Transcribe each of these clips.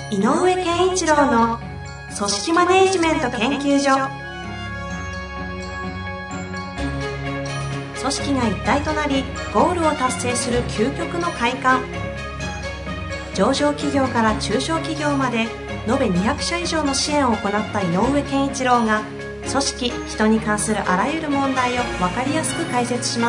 井上健一郎の組織マネジメント研究所。組織が一体となりゴールを達成する究極の快感。上場企業から中小企業まで延べ200社以上の支援を行った井上健一郎が、組織・人に関するあらゆる問題を分かりやすく解説します。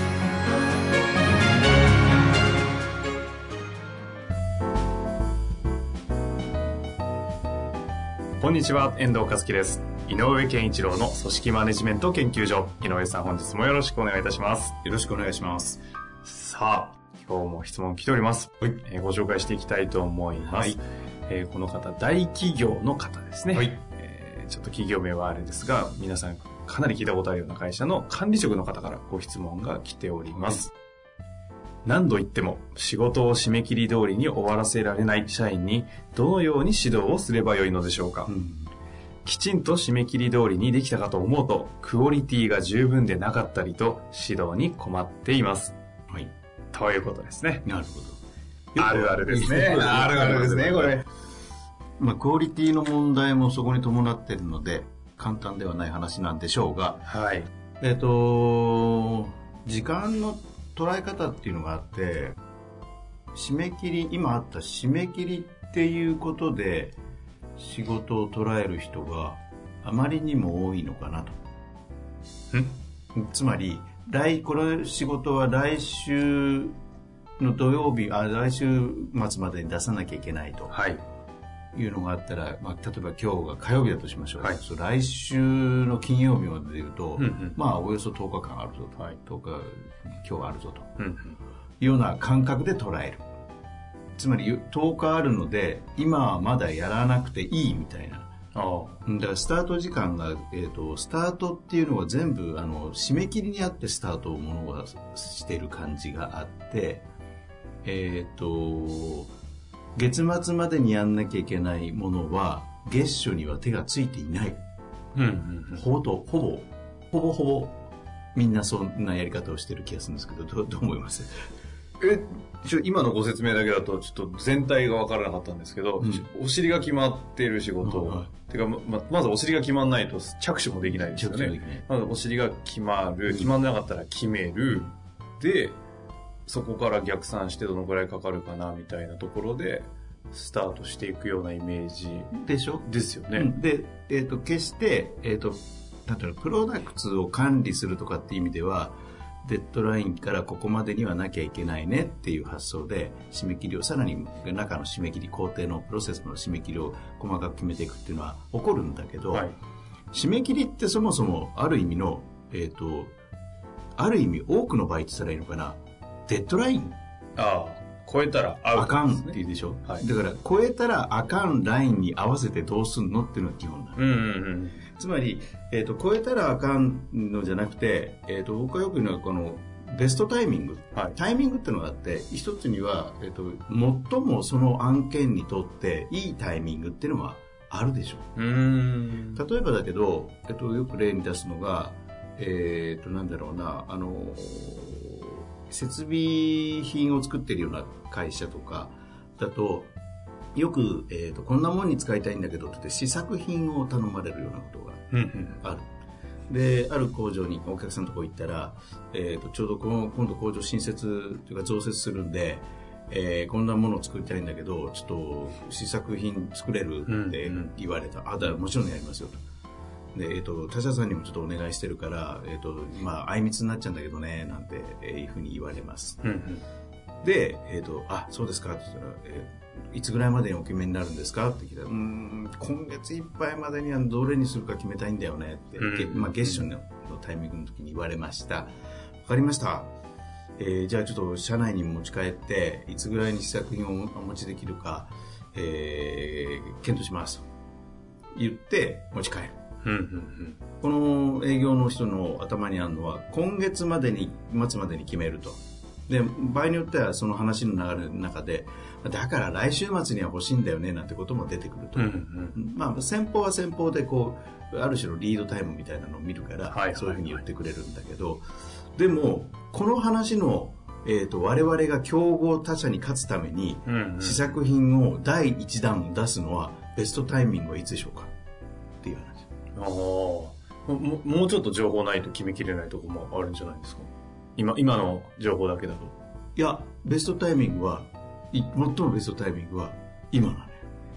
こんにちは、遠藤和樹です。井上健一郎の組織マネジメント研究所。井上さん、本日もよろしくお願いいたします。 よろしくお願いします。 さあ、今日も質問来ております。はい。ご紹介していきたいと思います。はい。この方、大企業の方ですね。はい。ちょっと企業名はあれですが、皆さんかなり聞いたことあるような会社の管理職の方からご質問が来ております。何度言っても仕事を締め切り通りに終わらせられない社員にどのように指導をすればよいのでしょうか。きちんと締め切り通りにできたかと思うとクオリティが十分でなかったりと指導に困っています。はい。ということですね。 なるほど。 あるあるですね。あるあるですね、これ。 クオリティの問題もそこに伴っているので簡単ではない話なんでしょうが、はい。時間の捉え方っていうのがあって、締め切り、今あった締め切りっていうことで仕事を捉える人があまりにも多いのかなと。つまりこの仕事は来週の土曜日、来週末までに出さなきゃいけないと、はい、いうのがあったら、例えば今日が火曜日だとしましょう、はい、来週の金曜日まででいうと、およそ10日間あるぞと、はい、10日今日あるぞと、いうような感覚で捉える。つまり10日あるので今はまだやらなくていいみたいな。だからスタート時間が、スタートっていうのは全部締め切りにあってスタートをものがしている感じがあって、月末までにやんなきゃいけないものは月初には手がついていない。ほぼみんなそんなやり方をしてる気がするんですけど、どう思います？ 今のご説明だけだとちょっと全体が分からなかったんですけど、お尻が決まっている仕事、てかまずお尻が決まんないと着手もできないですよね。まずお尻が決まる、決まんなかったら決める、でそこから逆算してどのくらいかかるかなみたいなところでスタートしていくようなイメージでしょ？ ですよね。 で、決して例えばプロダクツを管理するとかっていう意味ではデッドラインからここまでにはなきゃいけないねっていう発想で締め切りをさらに中の締め切り、工程のプロセスの締め切りを細かく決めていくっていうのは起こるんだけど、はい、締め切りってそもそもある意味のある意味多くの場合って言ったらいいのかな、デッドライン。 超えたらアウトですね。 あかんっていうでしょ、はい、だから超えたらあかんラインに合わせてどうすんのっていうのが基本なの。つまり、超えたらあかんのじゃなくて、僕がよく言うのはこのベストタイミング、はい、タイミングっていうのがあって一つには、最もその案件にとっていいタイミングっていうのがあるでしょ。例えばだけど、よく例に出すのが、なんだろうな、設備品を作っているような会社とかだとよく、こんなもんに使いたいんだけどって試作品を頼まれるようなことがある。で、ある工場にお客さんのとこ行ったら、ちょうど今度工場新設というか増設するんで、こんなものを作りたいんだけどちょっと試作品作れるって言われた。だからもちろんやりますよと。で、他社さんにもちょっとお願いしてるから、あいみつになっちゃうんだけどねなんて、いうふうに言われます。で、そうですかって言ったら、いつぐらいまでにお決めになるんですかって聞いたら、今月いっぱいまでにはどれにするか決めたいんだよねって、月初のタイミングの時に言われました。わかりました。じゃあちょっと社内に持ち帰っていつぐらいに試作品をお持ちできるか、検討しますと言って持ち帰る。この営業の人の頭にあるのは今月末までに決めると。で、場合によってはその話の流れの中でだから来週末には欲しいんだよねなんてことも出てくると。先方は先方である種のリードタイムみたいなのを見るから、そういうふうに言ってくれるんだけど、でもこの話の我々が競合他社に勝つために、試作品を第1弾を出すのはベストタイミングはいつでしょうかっていう話。 もうちょっと情報ないと決めきれないところもあるんじゃないですか。今の情報だけだと。 いや、ベストタイミングは、最もベストタイミングは今なのよ。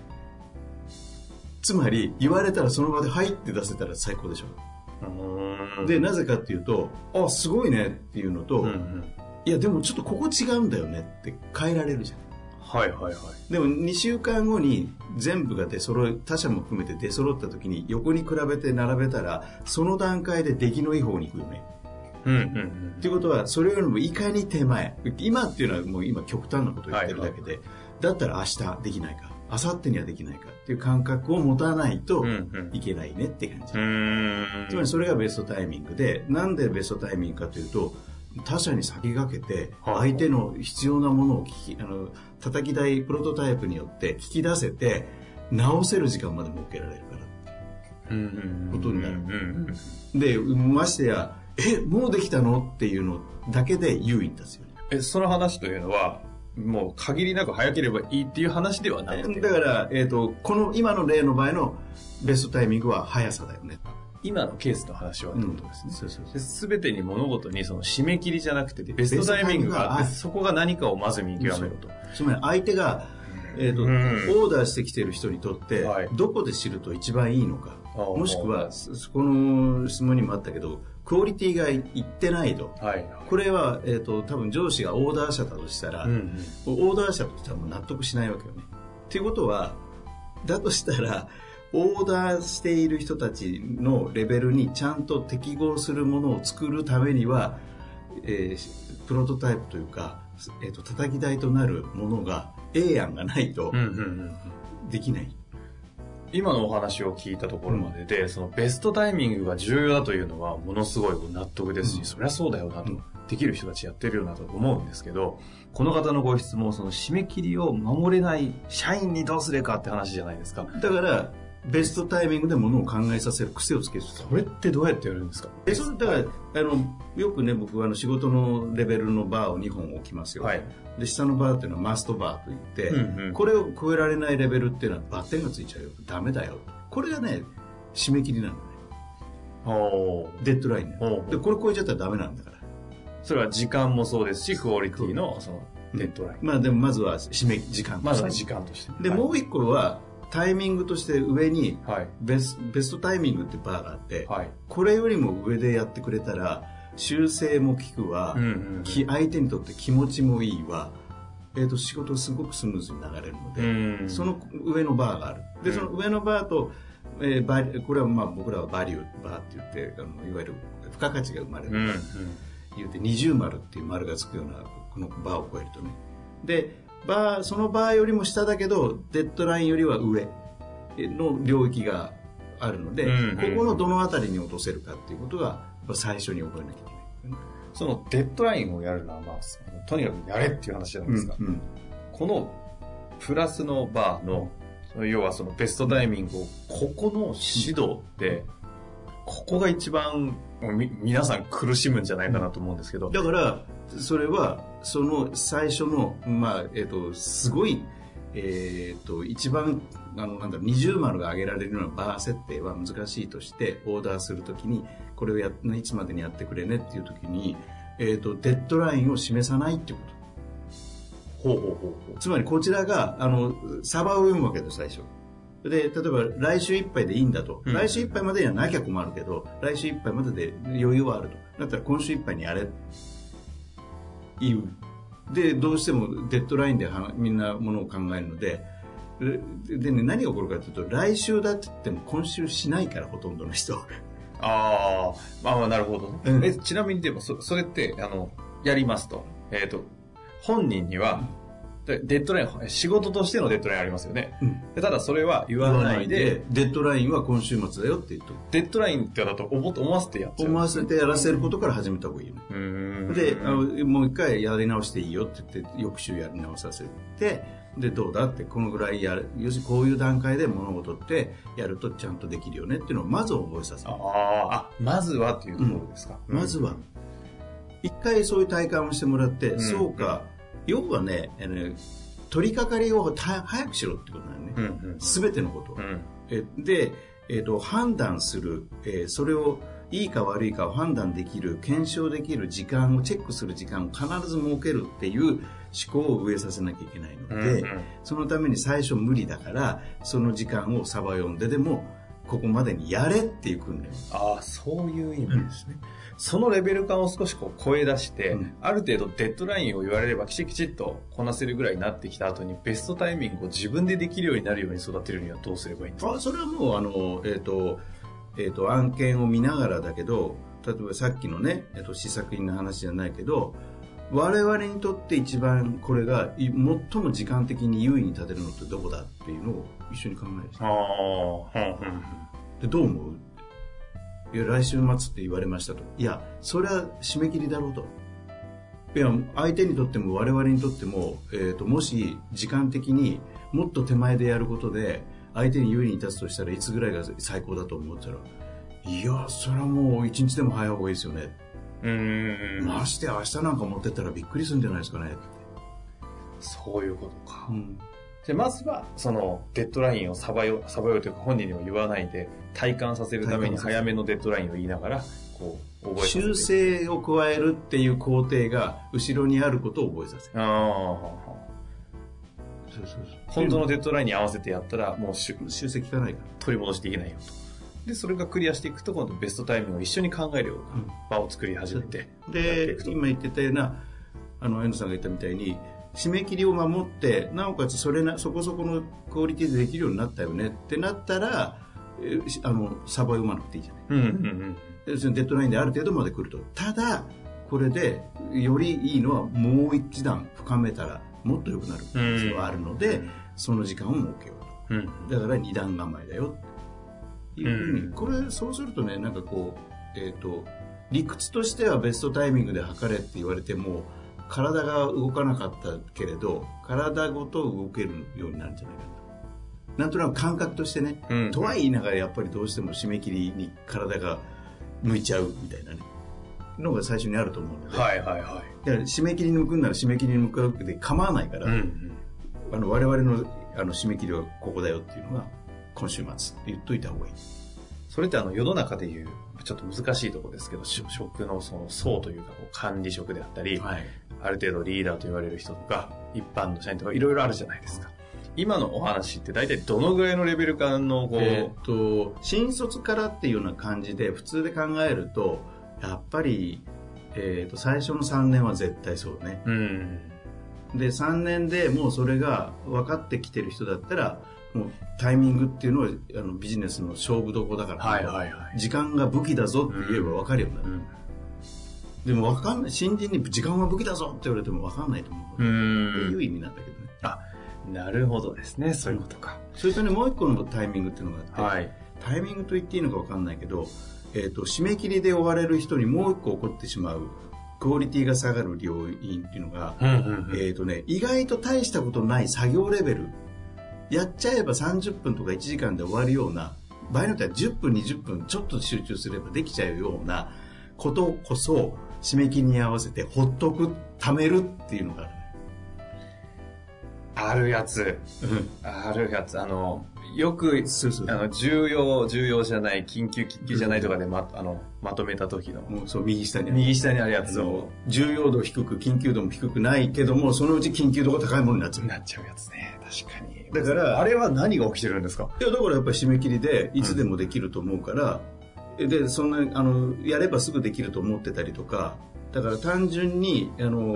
つまり言われたらその場ではいって出せたら最高でしょ。で、なぜかっていうと、あ、すごいねっていうのと、いやでもちょっとここ違うんだよねって変えられるじゃん。 はいはいはい。 でも2週間後に全部が他社も含めて出揃った時に横に比べて並べたら、その段階で出来のいい方に行くよね。っていうことは、それよりもいかに手前、今っていうのはもう今極端なことを言ってるだけで、だったら明日できないか、明後日にはできないかっていう感覚を持たないといけないねって感じ。つまりそれがベストタイミングで、なんでベストタイミングかというと、他社に先駆けて相手の必要なものを叩き台プロトタイプによって聞き出せて直せる時間まで設けられるからことになる。で、ましてやもうできたのっていうのだけで優位に立つよね。 その話というのはもう限りなく早ければいいっていう話ではなくて、 だから、この今の例の場合のベストタイミングは速さだよね。 今のケースの話はってことですね。全てに物事にその締め切りじゃなくてベストタイミングがあって、そこが何かをまず見極めろと。 つまり相手が、オーダーしてきている人にとって、どこで知ると一番いいのか、もしくはこの質問にもあったけどクオリティがいってないと、これは、多分上司がオーダー者だとしたら、オーダー者としてはもう納得しないわけよね。っていうことは、だとしたらオーダーしている人たちのレベルにちゃんと適合するものを作るためには、プロトタイプというか、叩き台となるものが A 案がないとできない。 今のお話を聞いたところまでで、そのベストタイミングが重要だというのはものすごい納得ですし、そりゃそうだよなと、できる人たちやってるよなと思うんですけど、この方のご質問、その締め切りを守れない社員にどうするかって話じゃないですか。 だからベストタイミングでものを考えさせる癖をつける。 それってどうやってやるんですか？ それだからよくね、僕は仕事のレベルのバーを2本置きますよ。で、下のバーっていうのはマストバーといって、これを超えられないレベルっていうのはバッテンがついちゃうよ、ダメだよ。これがね、締め切りなのね。デッドラインだよ。で、これ超えちゃったらダメなんだから。 それは時間もそうですし、クオリティのそのデッドライン。 でもまずは時間として。 まずは時間として。 で、もう一個はタイミングとして上にベストタイミングってバーがあって、これよりも上でやってくれたら修正も効くわ、相手にとって気持ちもいいわ、仕事すごくスムーズに流れるので、その上のバーがある。で、その上のバーと、これは僕らはバリューバーって言って、いわゆる付加価値が生まれる、言って20丸っていう丸がつくようなこのバーを超えるとね。で、そのバーよりも下だけどデッドラインよりは上の領域があるので、ここのどのあたりに落とせるかっていうことが最初に覚えなきゃいけない。 そのデッドラインをやるのは、とにかくやれっていう話じゃないですか。このプラスのバーの要はそのベストタイミングをここの指導ってここが一番皆さん苦しむんじゃないかなと思うんですけど、 だからそれはその最初のすごい一番20丸が上げられるようなバー設定は難しいとしてオーダーするときにこれをいつまでにやってくれねっていうときにデッドラインを示さないっていうこと。つまりこちらがサバを読むわけです最初で、例えば来週いっぱいでいいんだと、来週いっぱいまでにはなきゃ困るけど来週いっぱいまでで余裕はあると、だったら今週いっぱいにやれ言う。で、どうしてもデッドラインでみんなものを考えるので、ね、何が起こるかというと来週だって言っても今週しないから、ほとんどの人。 なるほどね。ちなみにでもそれってやりますと、本人にはデッドライン、仕事としてのデッドラインありますよね。ただそれは言わないで、 デッドラインは今週末だよって言うと。 デッドラインってだと思わせてやっちゃう。 思わせてやらせることから始めた方がいいよね。で、もう一回やり直していいよって言って、翌週やり直させて、で、どうだって、このぐらいやる。要するにこういう段階で物事ってやるとちゃんとできるよねっていうのをまず覚えさせる。 まずはっていうところですか。 まずは。 一回そういう体感をしてもらって、そうか、要はね、取り掛かりを早くしろってことだよね。すべてのこと。で、判断する、それをいいか悪いかを判断できる、検証できる時間をチェックする時間を必ず設けるっていう思考を植えさせなきゃいけないので、そのために最初無理だから、その時間をサバ読んででも、ここまでにやれっていう訓練。 ああ、そういう意味ですね。そのレベル感を少しこう超え出して、ある程度デッドラインを言われればきちっとこなせるぐらいになってきた後にベストタイミングを自分でできるようになるように育てるにはどうすればいいんですか？ それはもう案件を見ながらだけど、例えばさっきのね、試作品の話じゃないけど、我々にとって一番これが最も時間的に優位に立てるのってどこだっていうのを一緒に考える。でどう思う？いや、来週末って言われましたと。いや、それは締め切りだろうと。いや、相手にとっても我々にとっても、もし時間的にもっと手前でやることで相手に優位に立つとしたらいつぐらいが最高だと思ったら、いや、それはもう一日でも早い方がいいですよね。まして明日なんか持ってったらびっくりするんじゃないですかね。 そういうことか。じゃあまずはそのデッドラインをサバよというか本人にも言わないで体感させるために早めのデッドラインを言いながらこう覚えさせる。修正を加えるっていう工程が後ろにあることを覚えさせる。 本当のデッドラインに合わせてやったらもう修正効かないから取り戻していけないよと。でそれがクリアしていくと今度ベストタイミングを一緒に考えるような場を作り始めて、 で今言ってたような遠藤さんが言ったみたいに締め切りを守ってなおかつそこそこのクオリティでできるようになったよねってなったらサバ読まなくていいじゃない、デッドラインである程度まで来ると。ただこれでよりいいのはもう一段深めたらもっと良くなる可能性はあるので、その時間を設けようと、だから二段構えだよっていうふうに、これそうするとね、なんかこう理屈としてはベストタイミングで測れって言われても体が動かなかったけれど体ごと動けるようになるんじゃないかな。なんとなく感覚としてね、とは言いながらやっぱりどうしても締め切りに体が向いちゃうみたいなねのが最初にあると思うので、だから締め切りに向くんなら締め切りに向かうで構わないから、我々の締め切りはここだよっていうのが今週末って言っといた方がいい。 それって世の中でいうちょっと難しいところですけど、職のその層というか管理職であったり、ある程度リーダーと言われる人とか一般の社員とかいろいろあるじゃないですか。今のお話って大体どのぐらいのレベル感の新卒からっていうような感じで普通で考えるとやっぱり、最初の3年は絶対そうね、で3年でもうそれが分かってきてる人だったらもうタイミングっていうのはビジネスの勝負どころだから、時間が武器だぞって言えば分かるようになる、でも分かんない、新人に時間は武器だぞって言われても分かんないと思うっていう意味なんだけどね。 なるほどですね、そういうことか。 それとね、もう一個のタイミングっていうのがあって、タイミングと言っていいのか分かんないけど、締め切りで追われる人にもう一個起こってしまうクオリティが下がる要因っていうのが、意外と大したことない作業レベル、やっちゃえば30分とか1時間で終わるような、場合によっては10分20分ちょっと集中すればできちゃうようなことこそ締め切りに合わせてほっとく、貯めるっていうのがある。 あるやつ、よく重要じゃない、緊急じゃないとかでまとめた時の右下にあるやつを重要度低く緊急度も低くないけどもそのうち緊急度が高いものになっちゃうやつね。確かに。 だからあれは何が起きてるんですか？ いやだからやっぱり締め切りでいつでもできると思うから、でそんなやればすぐできると思ってたりとか、だから単純に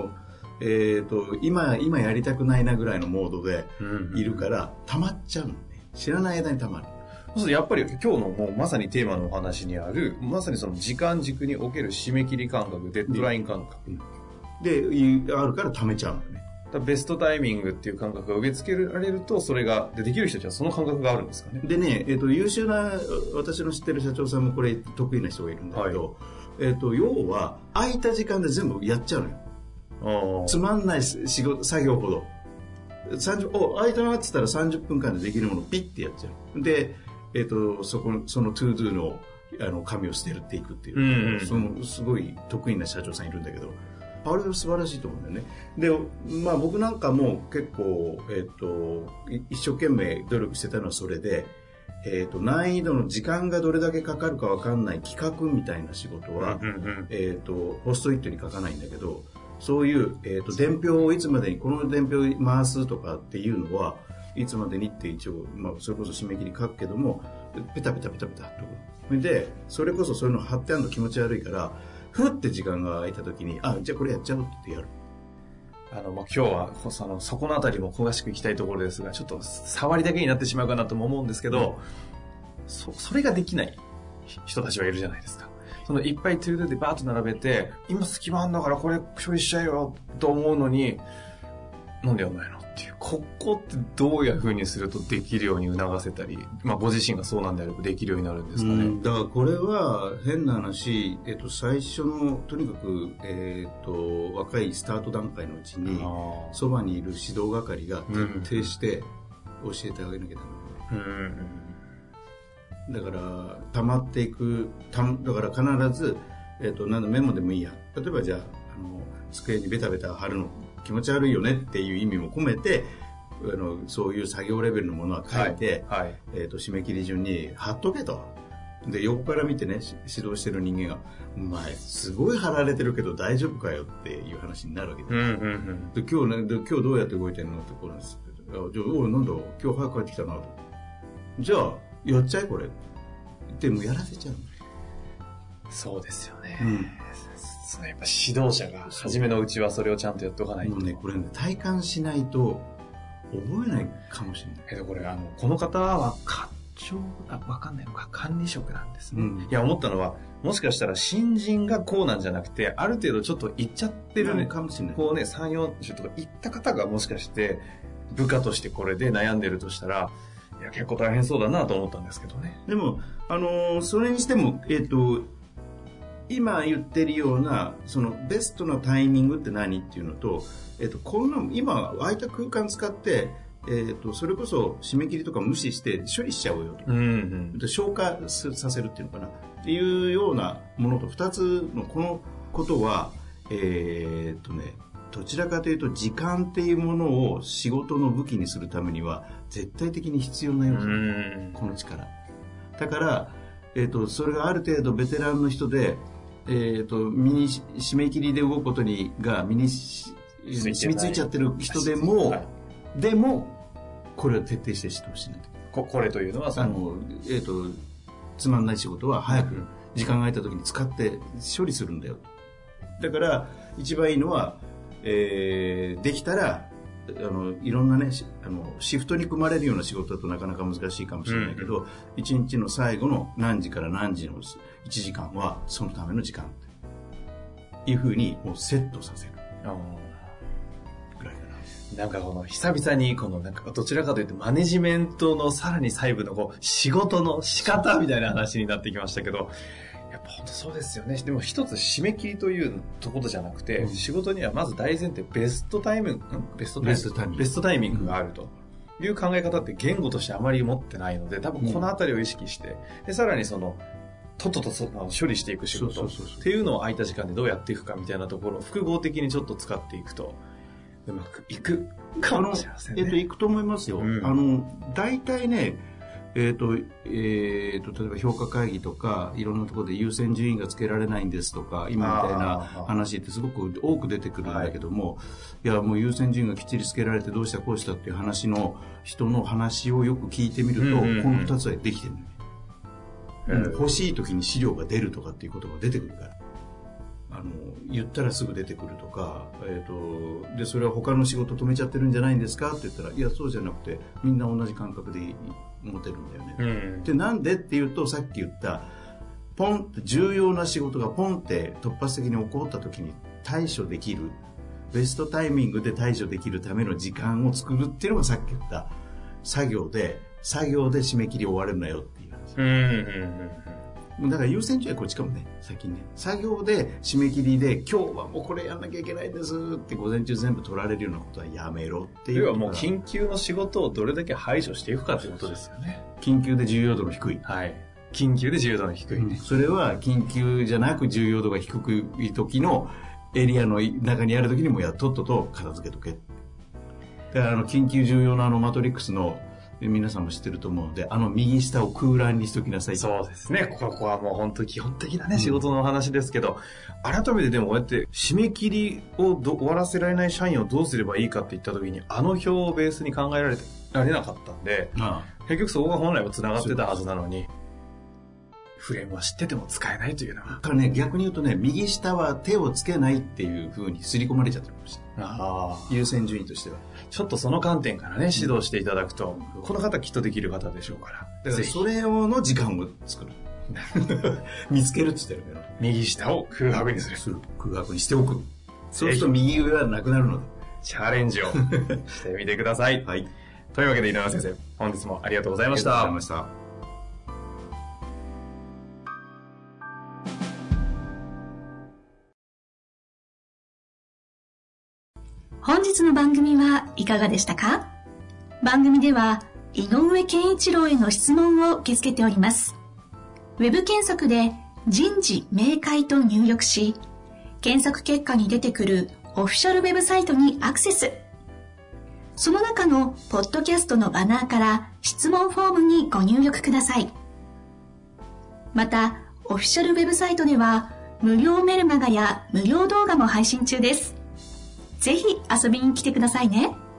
今やりたくないなぐらいのモードでいるから溜まっちゃうのね。知らない間に溜まる。 そうするとやっぱり今日のもうまさにテーマのお話にあるまさにその時間軸における締め切り感覚、デッドライン感覚、 であるから溜めちゃうのよね。 だベストタイミングっていう感覚が植え付けられるとそれができる人たちはその感覚があるんですかね。 でね、優秀な私の知ってる社長さんもこれ得意な人がいるんだけど、要は空いた時間で全部やっちゃうのよ。つまんない作業ほど空いたなって言ったら30分間でできるものをピッてやっちゃう。で、そのトゥードゥの紙を捨てるっていくっていう、そのすごい得意な社長さんいるんだけど、あれは素晴らしいと思うんだよね。で、まあ僕なんかも結構、一生懸命努力してたのはそれで、難易度の時間がどれだけかかるか分かんない企画みたいな仕事は、ポストイットに書かないんだけど、そういう、伝票をいつまでにこの伝票を回すとかっていうのはいつまでにって一応、まあ、それこそ締め切り書くけどもペタペタペタペタとでそれこそそういうの貼ってあるの気持ち悪いからふって時間が空いた時にじゃあこれやっちゃおうってやる。 まあ、今日はそこのあたりも詳しくいきたいところですが、ちょっと触りだけになってしまうかなとも思うんですけど、それができない人たちはいるじゃないですか。いっぱいトゥードゥでバーッと並べて、今隙間あんだからこれ処理しちゃえよと思うのに、なんでやんないのっていう。ここってどういう風にするとできるように促せたり、まあご自身がそうなんであればできるようになるんですかね。 だからこれは変な話、最初のとにかく、若いスタート段階のうちにそばにいる指導係が徹底して教えてあげなきゃダメ。だから溜まっていくだから必ず、メモでもいいや、例えばじゃあ机にベタベタ貼るの気持ち悪いよねっていう意味も込めてそういう作業レベルのものは書いて、締め切り順に貼っとけと。で横から見てね指導してる人間が「お前すごい貼られてるけど大丈夫かよ」っていう話になるわけです、で今日どうやって動いてるのってこうなんですけど、じゃあなんだ今日早く帰ってきたなと、じゃあやっちゃえこれってもうやらせちゃう。 そうですよね、やっぱ指導者が初めのうちはそれをちゃんとやっておかないと。 もうねこれね体感しないと覚えないかもしれないけど、これこの方は課長わかんないのか管理職なんですね、いや思ったのはもしかしたら新人がこうなんじゃなくてある程度ちょっと行っちゃってるね、 かもしれない。 こうね 3,40 とか行った方がもしかして部下としてこれで悩んでるとしたら、いや結構大変そうだなと思ったんですけどね。 でもそれにしても今言ってるようなそのベストなタイミングって何っていうのと、こんな今空いた空間使って、それこそ締め切りとか無視して処理しちゃおうよと、消化させるっていうのかなっていうようなものと2つのこのことはどちらかというと時間っていうものを仕事の武器にするためには絶対的に必要な要素、この力だから、それがある程度ベテランの人で締め切りで動くことが身に染みついちゃってる人でも、でもこれを徹底して指導しないと。 これというのはつまんない仕事は早く時間が空いた時に使って処理するんだよ。だから一番いいのは、できたらいろんなねシフトに組まれるような仕事だとなかなか難しいかもしれないけど、一日の最後の何時から何時の1時間はそのための時間というふうにもうセットさせるぐらいかな。 なんか久々になんかどちらかというとマネジメントのさらに細部の仕事の仕方みたいな話になってきましたけど、やっぱ本当そうですよね。でも一つ締め切りというところじゃなくて、仕事にはまず大前提ベストタイミングがあるという考え方って言語としてあまり持ってないので、多分このあたりを意識して、でさらにとっと処理していく仕事っていうのを空いた時間でどうやっていくかみたいなところを複合的にちょっと使っていくとうまくいくかもしれませんね。 いくと思いますよ。大体ね例えば評価会議とかいろんなところで優先順位がつけられないんですとか今みたいな話ってすごく多く出てくるんだけども、いやもう優先順位がきっちりつけられてどうしたこうしたっていう話の人の話をよく聞いてみると、この2つはできてるんだよね、欲しい時に資料が出るとかっていうことが出てくるから言ったらすぐ出てくるとか、でそれは他の仕事止めちゃってるんじゃないんですかって言ったら、いやそうじゃなくてみんな同じ感覚で持てるんだよね、でなんでっていうとさっき言ったポンって重要な仕事がポンって突発的に起こった時に対処できるベストタイミングで対処できるための時間を作るっていうのがさっき言った作業で締め切り終われるなよっていう話、だから優先順位はこっちかもね。先にね作業で締め切りで今日はもうこれやんなきゃいけないんですって午前中全部取られるようなことはやめろっていう。 要はもう緊急の仕事をどれだけ排除していくかということですよね。 緊急で重要度の低い、 緊急で重要度が低い、ね、 それは緊急じゃなく重要度が低い時のエリアの中にある時にもとっとと片付けとけ。だから緊急重要なマトリックスの皆さんも知ってると思うので、右下を空欄にしときなさい。 そうですね。ここはもう本当基本的なね、仕事の話ですけど、改めてでもこうやって締め切りを終わらせられない社員をどうすればいいかって言った時に、表をベースに考えられなかったんで、結局そこが本来は繋がってたはずなのに、フレームは知ってても使えないというのは。 逆に言うとね、右下は手をつけないっていう風に刷り込まれちゃってました。優先順位としては。 ちょっとその観点からね、指導していただくと、この方きっとできる方でしょうから。 だからそれ用の時間を作る。見つけるって言ってるけど。 右下を空白にする。 空白にしておく。そうすると右上はなくなるので。 チャレンジをしてみてください。 はい。 というわけで、井上先生、本日もありがとうございました。 ありがとうございました。 本日の番組はいかがでしたか？番組では井上健一郎への質問を受け付けております。ウェブ検索で人事明快と入力し、検索結果に出てくるオフィシャルウェブサイトにアクセス。その中のポッドキャストのバナーから質問フォームにご入力ください。また、オフィシャルウェブサイトでは無料メルマガや無料動画も配信中です。ぜひ遊びに来てくださいね。